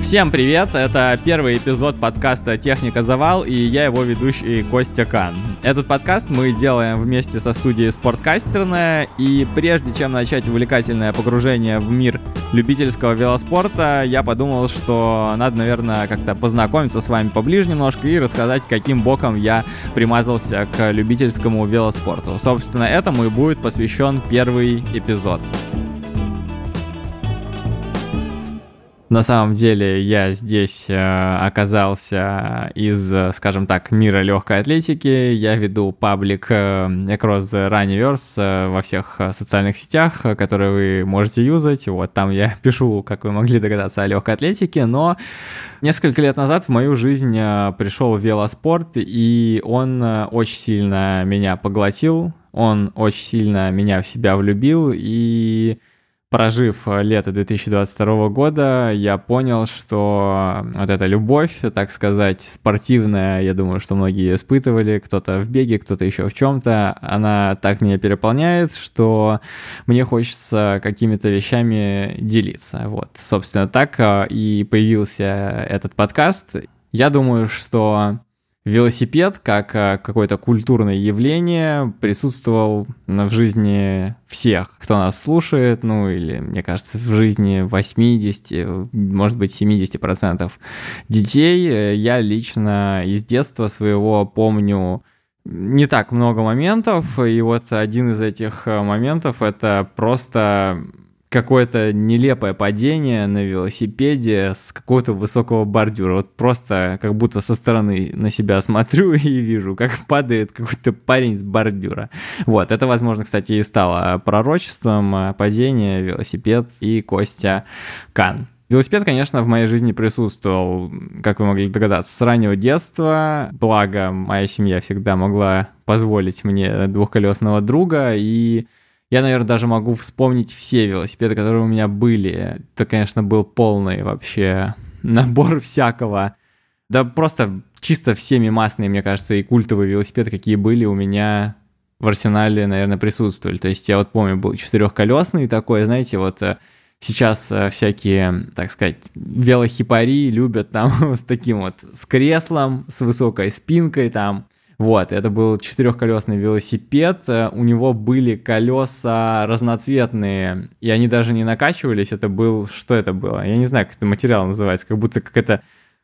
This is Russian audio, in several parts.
Всем привет! Это первый эпизод подкаста «Техника Завал» и я его ведущий Костя Кан. Этот подкаст мы делаем вместе со студией «Спорткастерная», и прежде чем начать увлекательное погружение в мир любительского велоспорта, я подумал, что надо, наверное, как-то познакомиться с вами поближе немножко и рассказать, каким боком я примазался к любительскому велоспорту. Собственно, этому и будет посвящен первый эпизод. На самом деле я здесь оказался из, скажем так, мира легкой атлетики. Я веду паблик Across the Runniverse во всех социальных сетях, которые вы можете юзать. Вот там я пишу, как вы могли догадаться, о легкой атлетике, но несколько лет назад в мою жизнь пришел велоспорт, и он очень сильно меня поглотил, он очень сильно меня в себя влюбил, и прожив лето 2022 года, я понял, что вот эта любовь, так сказать, спортивная, я думаю, что многие ее испытывали, кто-то в беге, кто-то еще в чем-то, она так меня переполняет, что мне хочется какими-то вещами делиться. Вот, собственно, так и появился этот подкаст. Я думаю, что велосипед, как какое-то культурное явление, присутствовал в жизни всех, кто нас слушает, ну или, мне кажется, в жизни 80, может быть, 70% детей. Я лично из детства своего помню не так много моментов, и вот один из этих моментов — это просто какое-то нелепое падение на велосипеде с какого-то высокого бордюра. Вот просто как будто со стороны на себя смотрю и вижу, как падает какой-то парень с бордюра. Вот, это, возможно, кстати, и стало пророчеством падения, велосипед и Костя Кан. Велосипед, конечно, в моей жизни присутствовал, как вы могли догадаться, с раннего детства. Благо, моя семья всегда могла позволить мне двухколесного друга, и я, наверное, даже могу вспомнить все велосипеды, которые у меня были. Это, конечно, был полный вообще набор всякого. Да просто чисто все мемасные, мне кажется, и культовые велосипеды, какие были у меня в арсенале, наверное, присутствовали. То есть я вот помню, был четырехколесный такой, знаете, вот сейчас всякие, так сказать, велохипари любят там с таким вот, с креслом, с высокой спинкой там. Вот, это был четырехколесный велосипед, у него были колеса разноцветные, и они даже не накачивались, это был, что это было? Я не знаю, как это материал называется, как будто какая-то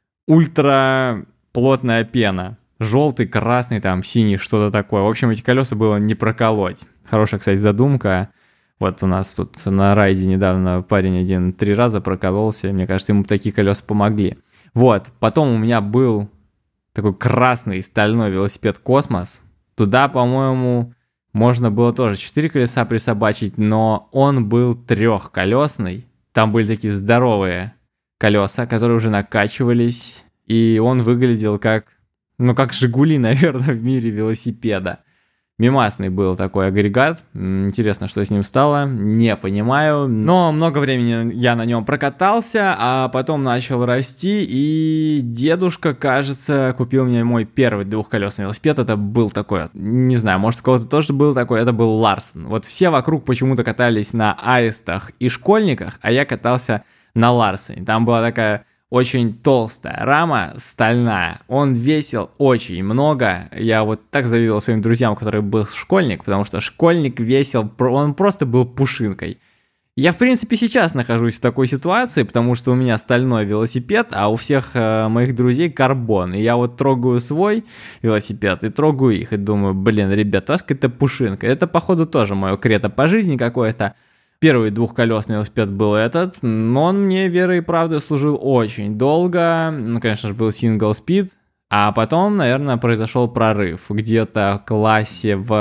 ультра плотная пена. Желтый, красный, там, синий, что-то такое. В общем, эти колеса было не проколоть. Хорошая, кстати, задумка. Вот у нас тут на райде недавно парень один 3 раза прокололся, и мне кажется, ему такие колеса помогли. Вот, потом у меня был такой красный стальной велосипед «Космос». Туда, по-моему, можно было тоже 4 колеса присобачить, но он был трехколесный. Там были такие здоровые колеса, которые уже накачивались, и он выглядел как «Жигули», наверное, в мире велосипеда. Мемасный был такой агрегат. Интересно, что с ним стало, не понимаю. Но много времени я на нем прокатался, а потом начал расти, и дедушка, кажется, купил мне мой первый двухколесный велосипед. Это был такой, не знаю, может, у кого-то тоже был такой, это был Ларсон. Вот все вокруг почему-то катались на Аистах и Школьниках, а я катался на Ларсоне. Там была такая очень толстая рама, стальная. Он весил очень много. Я вот так завидовал своим друзьям, который был школьник, потому что школьник весил, он просто был пушинкой. Я, в принципе, сейчас нахожусь в такой ситуации, потому что у меня стальной велосипед, а у всех моих друзей карбон. И я вот трогаю свой велосипед и трогаю их, и думаю, блин, ребят, это пушинка. Это, походу, тоже мое кредо по жизни какое-то. Первый двухколесный велосипед был этот, но он мне верой и правдой служил очень долго. Ну, конечно же, был single speed, а потом, наверное, произошел прорыв. Где-то в классе в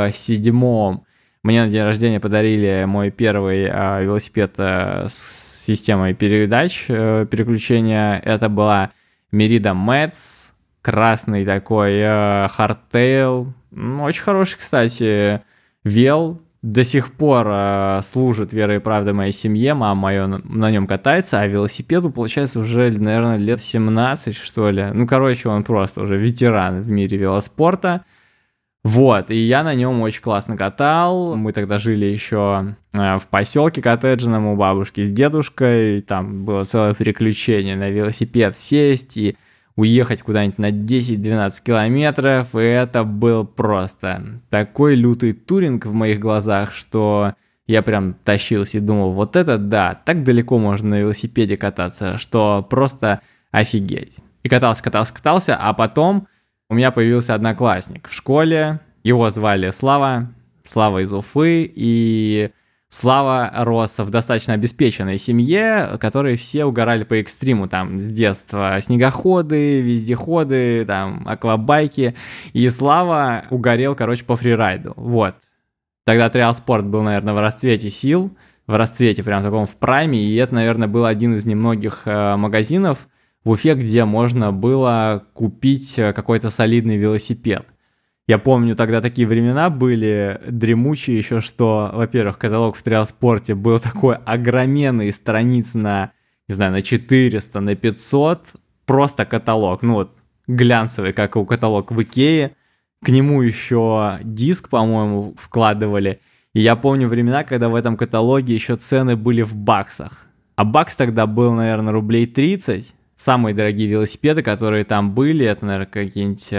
7-м мне на день рождения подарили мой первый велосипед с системой передач, переключения. Это была Merida Metz, красный такой hardtail. Очень хороший, кстати, вел. До сих пор служит верой и правдой моей семье, мама моя на нем катается, а велосипеду, получается, уже, наверное, лет 17, что ли. Ну, короче, он просто уже ветеран в мире велоспорта. Вот, и я на нем очень классно катал. Мы тогда жили еще в поселке коттеджном у бабушки с дедушкой. Там было целое приключение на велосипед сесть и уехать куда-нибудь на 10-12 километров. И это был просто такой лютый туринг в моих глазах, что я прям тащился и думал, вот это да, так далеко можно на велосипеде кататься, что просто офигеть. И катался, а потом у меня появился одноклассник в школе, его звали Слава из Уфы, и Слава рос в достаточно обеспеченной семье, которые все угорали по экстриму, там, с детства снегоходы, вездеходы, там, аквабайки, и Слава угорел, по фрирайду, вот. Тогда триал-спорт был, наверное, в расцвете сил, в расцвете, прям таком в прайме, и это, наверное, был один из немногих магазинов в Уфе, где можно было купить какой-то солидный велосипед. Я помню, тогда такие времена были дремучие еще, что, во-первых, каталог в триал-спорте был такой огроменный, страниц на, не знаю, на 400, на 500, просто каталог, ну вот глянцевый, как и у каталог в Икее. К нему еще диск, по-моему, вкладывали. И я помню времена, когда в этом каталоге еще цены были в баксах. А бакс тогда был, наверное, рублей 30. Самые дорогие велосипеды, которые там были, это, наверное, какие-нибудь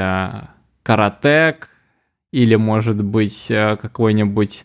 Каратек или, может быть, какой-нибудь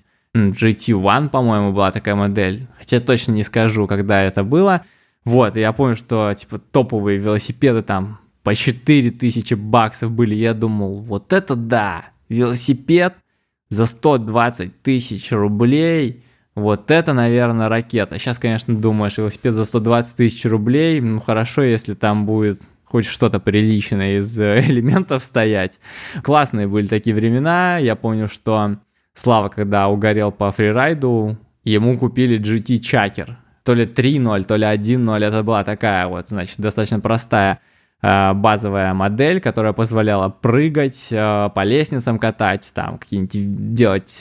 GT1, по-моему, была такая модель. Хотя точно не скажу, когда это было. Вот, и я помню, что, типа, топовые велосипеды там по 4000 баксов были. Я думал, вот это да, велосипед за 120 тысяч рублей, вот это, наверное, ракета. Сейчас, конечно, думаешь, велосипед за 120 тысяч рублей, ну хорошо, если там будет хоть что-то приличное из элементов стоять. Классные были такие времена. Я помню, что Слава, когда угорел по фрирайду, ему купили GT Chakr. То ли 3.0, то ли 1.0. Это была такая вот, значит, достаточно простая базовая модель, которая позволяла прыгать, по лестницам катать, там какие-нибудь делать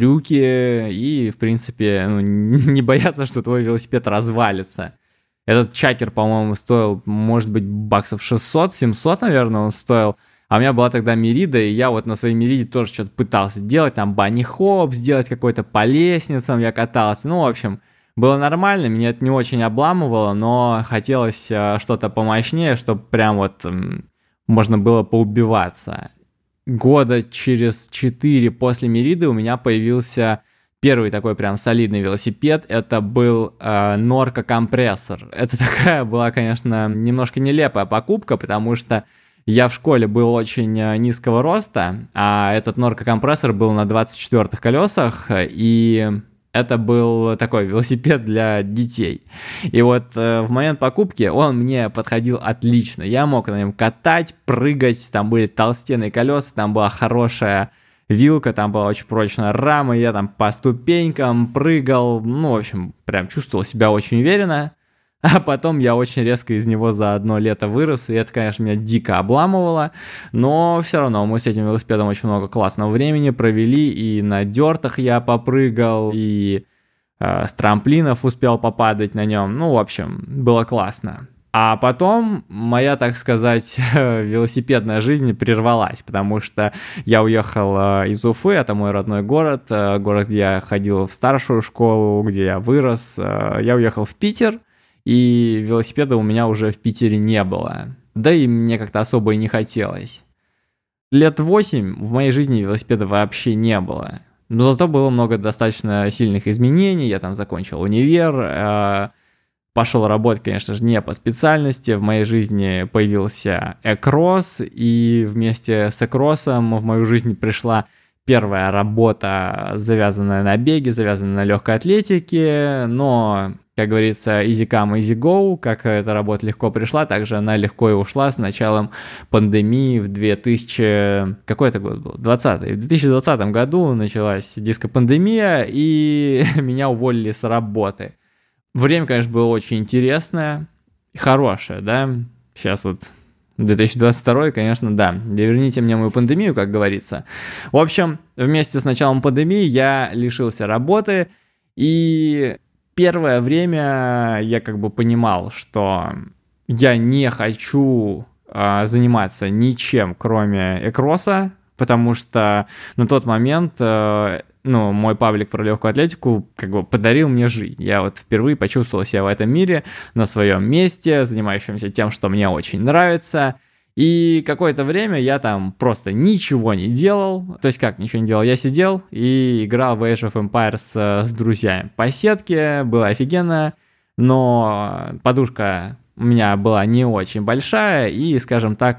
трюки и, в принципе, ну, не бояться, что твой велосипед развалится. Этот Чакер, по-моему, стоил, может быть, баксов 600-700, наверное, он стоил. А у меня была тогда Мерида, и я вот на своей Мериде тоже что-то пытался делать, там банни-хоп, сделать какой-то по лестницам, я катался. Ну, в общем, было нормально, меня это не очень обламывало, но хотелось что-то помощнее, чтобы прям вот можно было поубиваться. Года через 4 после Мериды у меня появился первый такой прям солидный велосипед. Это был Norco компрессор. Это такая была, конечно, немножко нелепая покупка, потому что я в школе был очень низкого роста, а этот Norco компрессор был на 24-х колесах, и это был такой велосипед для детей. И вот в момент покупки он мне подходил отлично. Я мог на нем катать, прыгать, там были толстенные колеса, там была хорошая вилка, там была очень прочная рама, я там по ступенькам прыгал, ну, в общем, прям чувствовал себя очень уверенно. А потом я очень резко из него за одно лето вырос, и это, конечно, меня дико обламывало, но все равно мы с этим велосипедом очень много классного времени провели, и на дёртах я попрыгал, и с трамплинов успел попадать на нем, ну, в общем, было классно. А потом моя, так сказать, велосипедная жизнь прервалась, потому что я уехал из Уфы, это мой родной город, город, где я ходил в старшую школу, где я вырос. Я уехал в Питер, и велосипеда у меня уже в Питере не было. Да и мне как-то особо и не хотелось. Лет 8 в моей жизни велосипеда вообще не было. Но зато было много достаточно сильных изменений. Я там закончил универ, пошел работать, конечно же, не по специальности. В моей жизни появился экросс, и вместе с экроссом в мою жизнь пришла первая работа, завязанная на беге, завязанная на легкой атлетике, но, как говорится, easy come, easy go, как эта работа легко пришла, также она легко и ушла с началом пандемии в 2000... Какой это год был? 20-й. В 2020 году началась диско-пандемия, и меня уволили с работы. Время, конечно, было очень интересное, хорошее, да, сейчас вот 2022, конечно, да, верните мне мою пандемию, как говорится. В общем, вместе с началом пандемии я лишился работы, и первое время я как бы понимал, что я не хочу заниматься ничем, кроме экросса, потому что на тот момент, мой паблик про легкую атлетику как бы подарил мне жизнь. Я вот впервые почувствовал себя в этом мире, на своем месте, занимающемся тем, что мне очень нравится. И какое-то время я там просто ничего не делал. То есть как ничего не делал? Я сидел и играл в Age of Empires с друзьями по сетке, было офигенно, но подушка у меня была не очень большая, и, скажем так,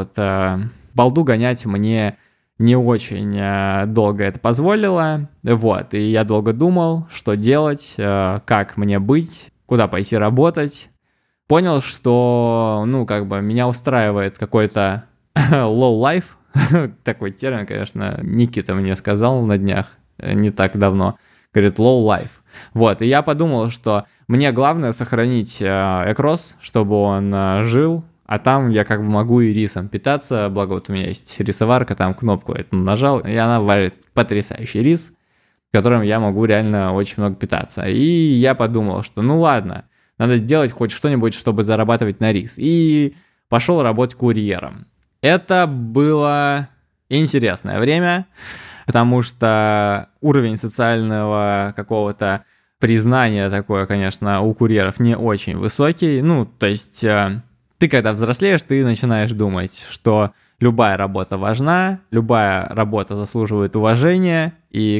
балду гонять мне не очень долго это позволило. Вот, и я долго думал, что делать, как мне быть, куда пойти работать. Понял, что, меня устраивает какой-то low life, такой термин, конечно, Никита мне сказал на днях, не так давно, говорит low life. Вот, и я подумал, что мне главное сохранить Экрос, чтобы он жил, а там я как бы могу и рисом питаться, благо вот у меня есть рисоварка, там кнопку эту нажал, и она варит потрясающий рис, которым я могу реально очень много питаться. И я подумал, что ладно, надо делать хоть что-нибудь, чтобы зарабатывать на рис. И пошел работать курьером. Это было интересное время, потому что уровень социального какого-то признания такое, конечно, у курьеров не очень высокий. То есть ты когда взрослеешь, ты начинаешь думать, что любая работа важна, любая работа заслуживает уважения, и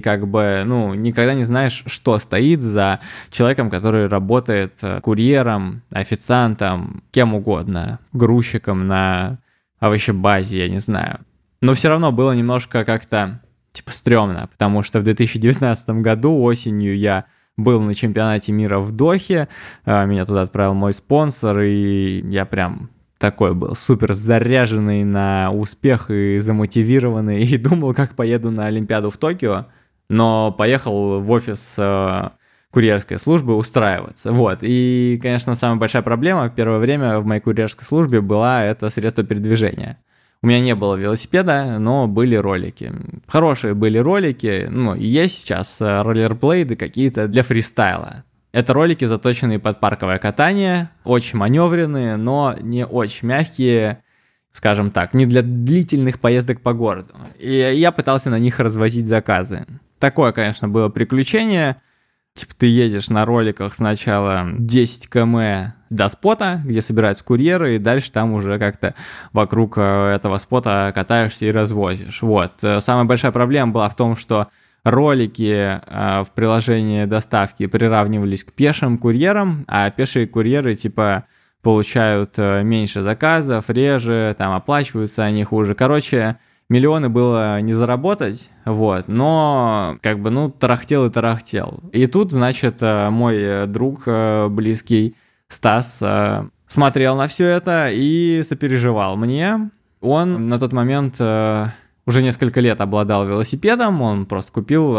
никогда не знаешь, что стоит за человеком, который работает курьером, официантом, кем угодно, грузчиком на овощебазе, я не знаю. Но все равно было немножко как-то стрёмно, потому что в 2019 году осенью я был на чемпионате мира в Дохе, меня туда отправил мой спонсор, и я прям такой был супер заряженный на успех и замотивированный, и думал, как поеду на Олимпиаду в Токио, но поехал в офис курьерской службы устраиваться. Вот, и, конечно, самая большая проблема в первое время в моей курьерской службе была это средство передвижения. У меня не было велосипеда, но были ролики. Хорошие были ролики, и есть сейчас роллерблейды какие-то для фристайла. Это ролики, заточенные под парковое катание, очень маневренные, но не очень мягкие, скажем так, не для длительных поездок по городу. И я пытался на них развозить заказы. Такое, конечно, было приключение. Ты едешь на роликах сначала 10 км до спота, где собираются курьеры, и дальше там уже как-то вокруг этого спота катаешься и развозишь. Вот. Самая большая проблема была в том, что ролики в приложении доставки приравнивались к пешим курьерам, а пешие курьеры получают меньше заказов, реже, оплачиваются они хуже. Короче, миллионы было не заработать, вот, но тарахтел и тарахтел. И тут, значит, мой друг близкий Стас смотрел на все это и сопереживал мне. Он на тот момент уже несколько лет обладал велосипедом, он просто купил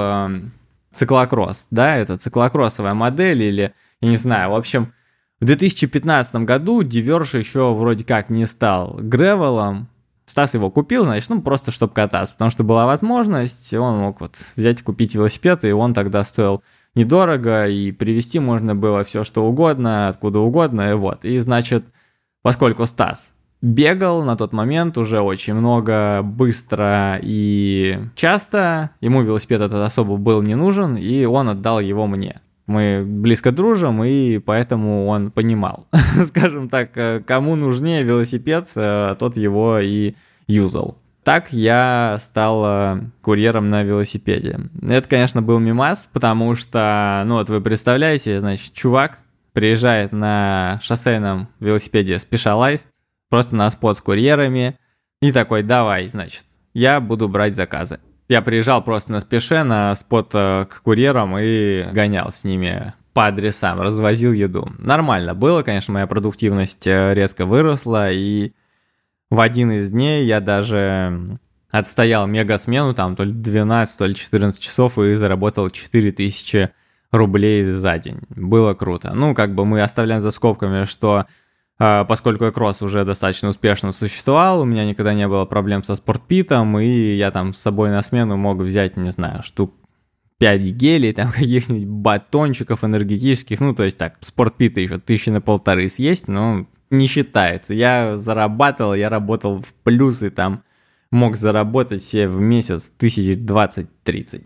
циклокросс, да, это циклокроссовая модель или, я не знаю, в общем, в 2015 году Diverge еще вроде как не стал гревелом. Стас его купил, значит, просто чтобы кататься, потому что была возможность, он мог взять и купить велосипед, и он тогда стоил недорого, и привезти можно было все что угодно, откуда угодно, и вот. И, значит, поскольку Стас бегал на тот момент уже очень много, быстро и часто, ему велосипед этот особо был не нужен, и он отдал его мне. Мы близко дружим, и поэтому он понимал, скажем так, кому нужнее велосипед, тот его и юзал. Так я стал курьером на велосипеде. Это, конечно, был мимас, потому что, вы представляете, значит, чувак приезжает на шоссейном велосипеде Specialized, просто на спот с курьерами, и такой, давай, значит, я буду брать заказы. Я приезжал просто на спеше, на спот к курьерам и гонял с ними по адресам, развозил еду. Нормально было, конечно, моя продуктивность резко выросла, и в один из дней я даже отстоял мега-смену, то ли 12, то ли 14 часов, и заработал 4000 рублей за день. Было круто. Мы оставляем за скобками, что поскольку Экрос уже достаточно успешно существовал, у меня никогда не было проблем со спортпитом, и я с собой на смену мог взять, не знаю, штук 5 гелей, каких-нибудь батончиков энергетических, то есть спортпита еще 1500 съесть, но не считается. Я зарабатывал, я работал в плюсы, мог заработать себе в месяц 1020-30.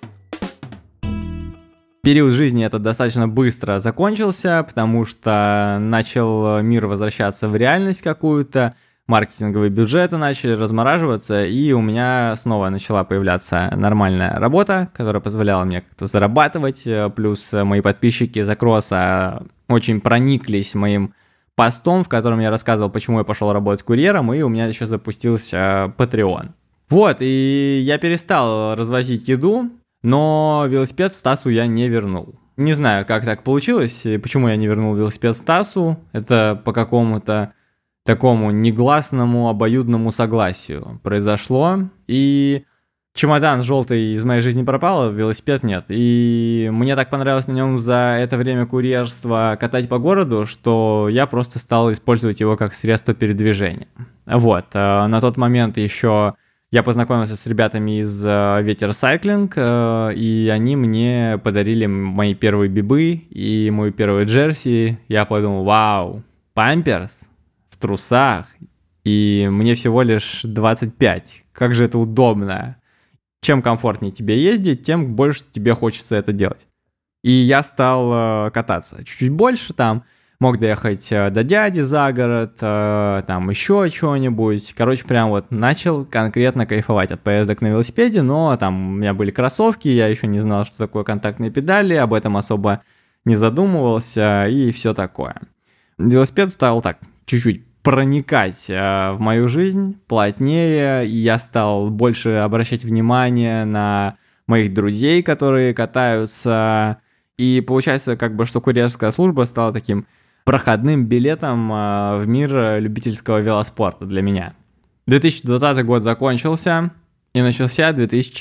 Период жизни этот достаточно быстро закончился, потому что начал мир возвращаться в реальность какую-то, маркетинговые бюджеты начали размораживаться, и у меня снова начала появляться нормальная работа, которая позволяла мне как-то зарабатывать, плюс мои подписчики из Акроса очень прониклись моим постом, в котором я рассказывал, почему я пошел работать курьером, и у меня еще запустился Patreon. Вот, и я перестал развозить еду, но велосипед Стасу я не вернул. Не знаю, как так получилось, почему я не вернул велосипед Стасу. Это по какому-то такому негласному обоюдному согласию произошло. И чемодан желтый из моей жизни пропал, велосипед нет. И мне так понравилось на нем за это время курьерства катать по городу, что я просто стал использовать его как средство передвижения. Вот, на тот момент еще я познакомился с ребятами из Ветер Сайклинг, и они мне подарили мои первые бибы и мою первую джерси. Я подумал, вау, памперс в трусах, и мне всего лишь 25. Как же это удобно. Чем комфортнее тебе ездить, тем больше тебе хочется это делать. И я стал кататься чуть-чуть больше там. Мог доехать до дяди за город, там еще что-нибудь. Короче, прям вот начал конкретно кайфовать от поездок на велосипеде, но там у меня были кроссовки, я еще не знал, что такое контактные педали, об этом особо не задумывался и все такое. Велосипед стал так чуть-чуть проникать в мою жизнь плотнее, и я стал больше обращать внимание на моих друзей, которые катаются. И получается, как бы, что курьерская служба стала таким проходным билетом в мир любительского велоспорта для меня. 2020 год закончился, и начался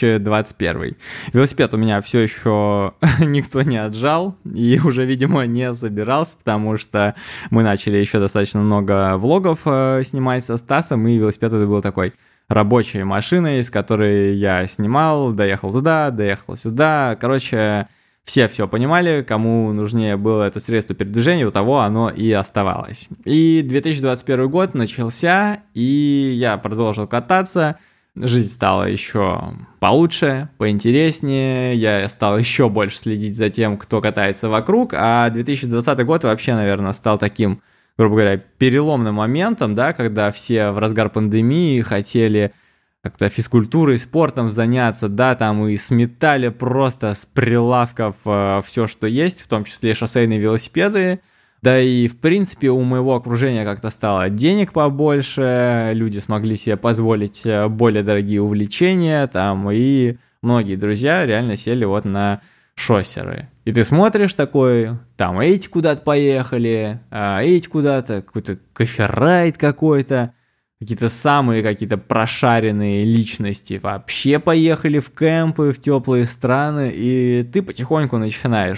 2021. Велосипед у меня все еще никто не отжал, и уже, видимо, не собирался, потому что мы начали еще достаточно много влогов снимать со Стасом, и велосипед это был такой рабочей машиной, с которой я снимал, доехал туда, доехал сюда. Короче, все понимали, кому нужнее было это средство передвижения, у того оно и оставалось. И 2021 год начался, и я продолжил кататься. Жизнь стала еще получше, поинтереснее, я стал еще больше следить за тем, кто катается вокруг, а 2020 год вообще, наверное, стал таким, грубо говоря, переломным моментом, да, когда все в разгар пандемии хотели как-то физкультурой, спортом заняться, да, там и сметали просто с прилавков все, что есть, в том числе шоссейные велосипеды. Да и, в принципе, у моего окружения как-то стало денег побольше, люди смогли себе позволить более дорогие увлечения, там, и многие друзья реально сели вот на шоссеры. И ты смотришь такой, там, эти куда-то поехали, эти куда-то, какой-то коферайд какой-то, какие-то самые какие-то прошаренные личности вообще поехали в кемпы, в теплые страны, и ты потихоньку начинаешь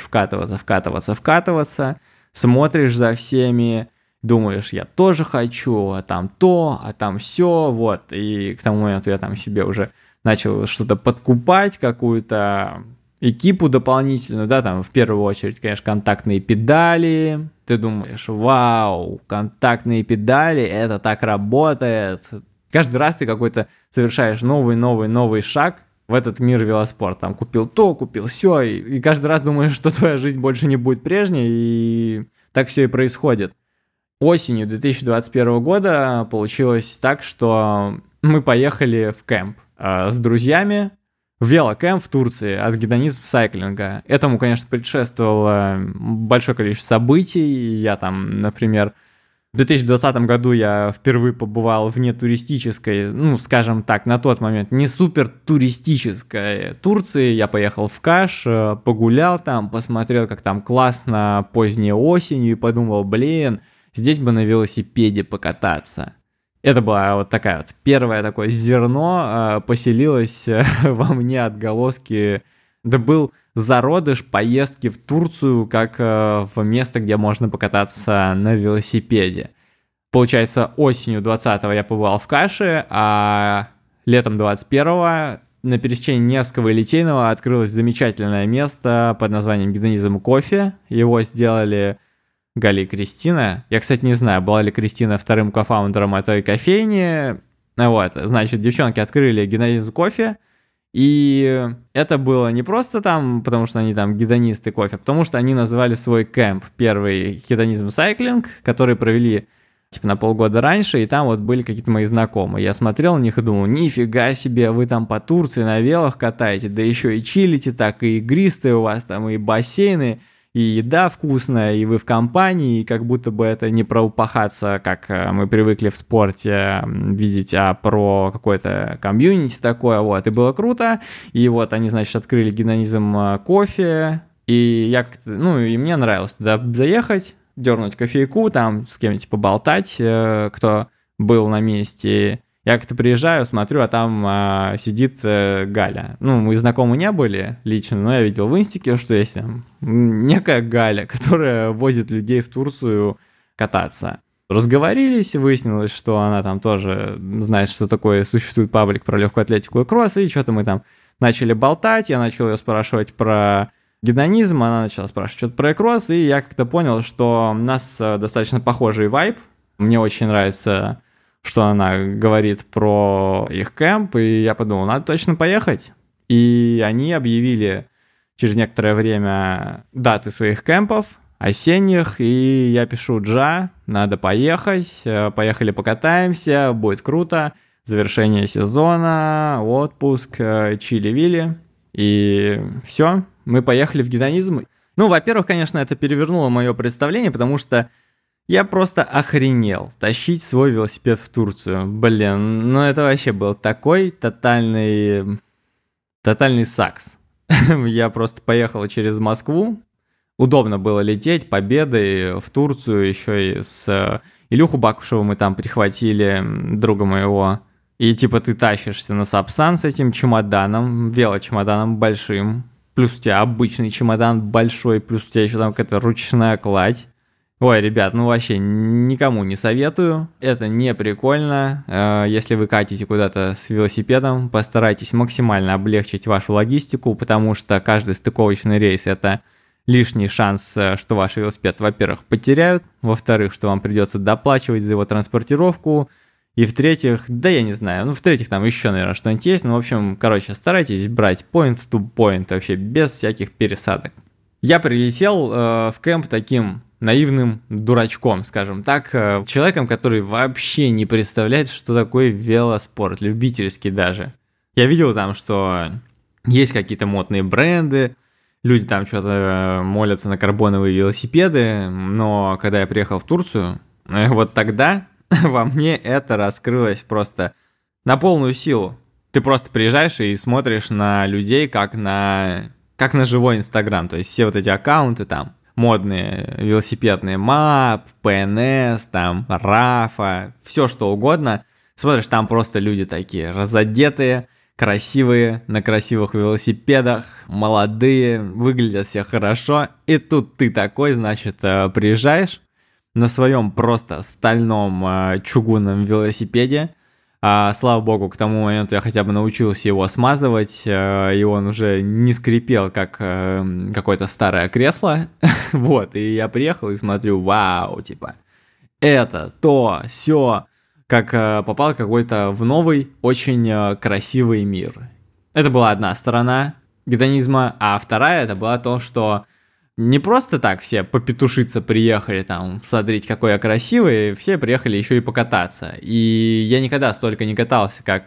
вкатываться, смотришь за всеми, думаешь, я тоже хочу, а там то, а там все, вот. И к тому моменту я там себе уже начал что-то подкупать, какую-то экипу дополнительную, да, там в первую очередь, конечно, контактные педали. Ты думаешь, вау, контактные педали, это так работает. Каждый раз ты какой-то совершаешь новый шаг в этот мир велоспорта. Там купил то, купил все, и каждый раз думаешь, что твоя жизнь больше не будет прежней, и так все и происходит. Осенью 2021 года получилось так, что мы поехали в кемп с друзьями, в велокэмп в Турции от Гедонизм Сайклинга. Этому, конечно, предшествовало большое количество событий. Я там, например, в 2020 году я впервые побывал в нетуристической, ну, скажем так, на тот момент не супер туристической Турции. Я поехал в Каш, погулял там, посмотрел, как там классно поздней осенью, и подумал, блин, здесь бы на велосипеде покататься. Это была вот такая вот первое такое зерно, поселилось во мне отголоски. Это был зародыш поездки в Турцию как в место, где можно покататься на велосипеде. Получается, осенью 20-го я побывал в Каше, а летом 21-го на пересечении Невского и Литейного открылось замечательное место под названием Гедонизм Кофе. Его сделали Галя и Кристина. Я, кстати, не знаю, была ли Кристина вторым кофаундером этой кофейни. Вот, значит, девчонки открыли гедонизм кофе, и это было не просто там, потому что они там гедонисты кофе, а потому что они назвали свой кэмп первый гедонизм сайклинг, который провели типа на полгода раньше, и там вот были какие-то мои знакомые. Я смотрел на них и думал, нифига себе, вы там по Турции на велах катаете, да еще и чилите так, и игристые у вас там, и бассейны, и еда вкусная, и вы в компании, и как будто бы это не про упахаться, как мы привыкли в спорте видеть, а про какое-то комьюнити такое, вот, и было круто, и вот они, значит, открыли гедонизм кофе, и я как-то, ну, и мне нравилось туда заехать, дернуть кофейку, там с кем-нибудь поболтать, кто был на месте. Я как-то приезжаю, смотрю, а там сидит Галя. Ну, мы знакомы не были лично, но я видел в инстике, что есть там некая Галя, которая возит людей в Турцию кататься. Разговорились, выяснилось, что она там тоже знает, что такое существует паблик про легкую атлетику и кросс, и что-то мы там начали болтать, я начал ее спрашивать про гедонизм, она начала спрашивать что-то про кросс, и я как-то понял, что у нас достаточно похожий вайб. Мне очень нравится, что она говорит про их кэмп, и я подумал, надо точно поехать. И они объявили через некоторое время даты своих кэмпов, осенних, и я пишу: Джа, надо поехать, поехали покатаемся, будет круто, завершение сезона, отпуск, чили-вили, и все. Мы поехали в гедонизм. Ну, во-первых, конечно, это перевернуло мое представление, потому что я просто охренел тащить свой велосипед в Турцию. Блин, ну это вообще был такой тотальный сакс. Я просто поехал через Москву. Удобно было лететь победой в Турцию, еще и с Илюху Бакушева мы там прихватили, друга моего. И типа ты тащишься на Сапсан с этим чемоданом, велочемоданом большим. Плюс у тебя обычный чемодан большой, плюс у тебя еще там какая-то ручная кладь. Ой, ребят, ну вообще никому не советую. Это не прикольно. Если вы катите куда-то с велосипедом, постарайтесь максимально облегчить вашу логистику, потому что каждый стыковочный рейс — это лишний шанс, что ваш велосипед, во-первых, потеряют, во-вторых, что вам придется доплачивать за его транспортировку, и в-третьих, да я не знаю, ну в-третьих там еще, наверное, что-нибудь есть, ну в общем, короче, старайтесь брать point to point, вообще без всяких пересадок. Я прилетел в кэмп таким наивным дурачком, скажем так, человеком, который вообще не представляет, что такое велоспорт, любительский даже. Я видел там, что есть какие-то модные бренды, люди там что-то молятся на карбоновые велосипеды, но когда я приехал в Турцию, вот тогда во мне это раскрылось просто на полную силу. Ты просто приезжаешь и смотришь на людей, как на живой Инстаграм. То есть все вот эти аккаунты там, модные, велосипедные, МАП, ПНС, там, Рафа, все что угодно. Смотришь, там просто люди такие разодетые, красивые, на красивых велосипедах, молодые, выглядят все хорошо. И тут ты такой, значит, приезжаешь на своем просто стальном чугунном велосипеде. Слава богу, к тому моменту я хотя бы научился его смазывать, и он уже не скрипел, как какое-то старое кресло. Вот, и я приехал и смотрю, вау, типа, это, то, сё, как попал какой-то в новый, очень красивый мир. Это была одна сторона гедонизма, а вторая это была то, что не просто так все попетушиться приехали, там, смотреть, какой я красивый, все приехали еще и покататься. И я никогда столько не катался, как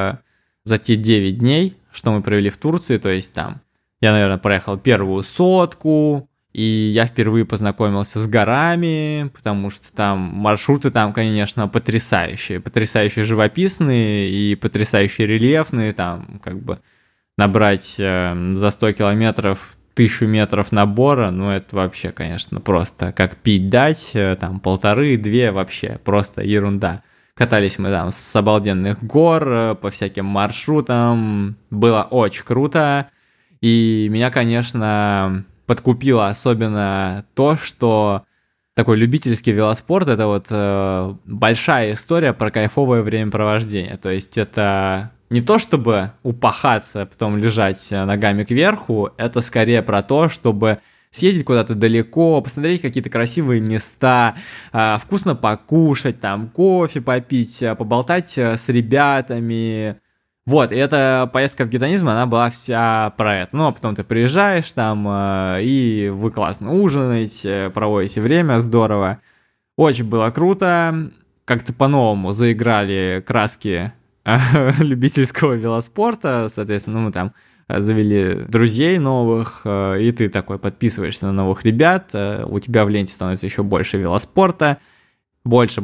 за те 9 дней, что мы провели в Турции. То есть там я, наверное, проехал первую сотку, и я впервые познакомился с горами, потому что там маршруты там, конечно, потрясающие живописные и потрясающие рельефные. Там как бы набрать за 100 километров 1000 метров набора, ну это вообще, конечно, просто как пить дать, там 1,5-2 вообще, просто ерунда. Катались мы там с обалденных гор, по всяким маршрутам, было очень круто, и меня, конечно, подкупило особенно то, что такой любительский велоспорт — это вот большая история про кайфовое времяпровождение, то есть это не то чтобы упахаться, потом лежать ногами кверху, это скорее про то, чтобы съездить куда-то далеко, посмотреть какие-то красивые места, вкусно покушать, там, кофе попить, поболтать с ребятами. Вот, и эта поездка в гедонизм, она была вся про это. Ну, а потом ты приезжаешь там, и вы классно ужинаете, проводите время, здорово. Очень было круто. Как-то по-новому заиграли краски любительского велоспорта. Соответственно, мы там завели друзей новых, и ты такой подписываешься на новых ребят, у тебя в ленте становится еще больше велоспорта, больше,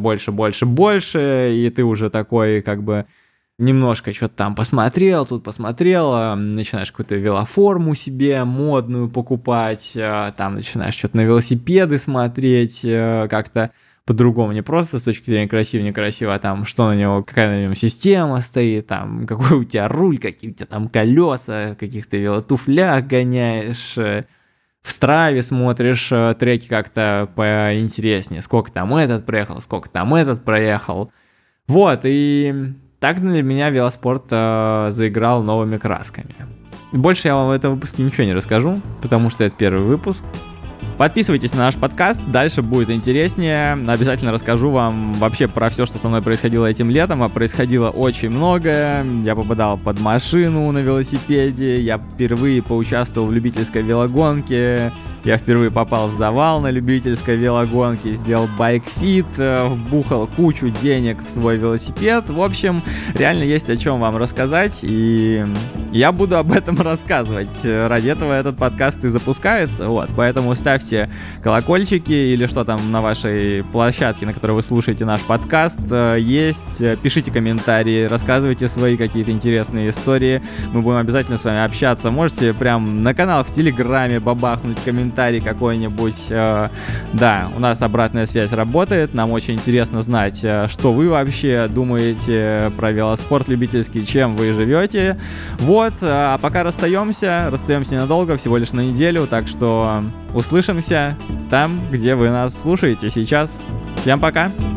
и ты уже такой как бы немножко что-то там посмотрел, тут посмотрел, начинаешь какую-то велоформу себе модную покупать, там начинаешь что-то на велосипеды смотреть, как-то по-другому, не просто с точки зрения красиво-некрасиво, а там что на него, какая на нем система стоит, там какой у тебя руль, какие у тебя там колеса, каких ты велотуфлях гоняешь, в Страве смотришь треки как-то поинтереснее, сколько там этот проехал, сколько там этот проехал. Вот, и так для меня велоспорт заиграл новыми красками. Больше я вам в этом выпуске ничего не расскажу, потому что это первый выпуск. Подписывайтесь на наш подкаст, дальше будет интереснее. Обязательно расскажу вам вообще про все, что со мной происходило этим летом. А происходило очень многое. Я попадал под машину на велосипеде, я впервые поучаствовал в любительской велогонке, я впервые попал в завал на любительской велогонке, сделал байкфит, вбухал кучу денег в свой велосипед. В общем, реально есть о чем вам рассказать, и я буду об этом рассказывать. Ради этого этот подкаст и запускается. Вот, поэтому ставьте колокольчики или что там на вашей площадке, на которой вы слушаете наш подкаст, есть. Пишите комментарии, рассказывайте свои какие-то интересные истории. Мы будем обязательно с вами общаться. Можете прям на канал в Телеграме бабахнуть комментарий какой-нибудь. Да, у нас обратная связь работает. Нам очень интересно знать, что вы вообще думаете про велоспорт любительский, чем вы живете. Вот, а пока расстаемся ненадолго, всего лишь на неделю, так что услышимся там, где вы нас слушаете сейчас. Всем пока!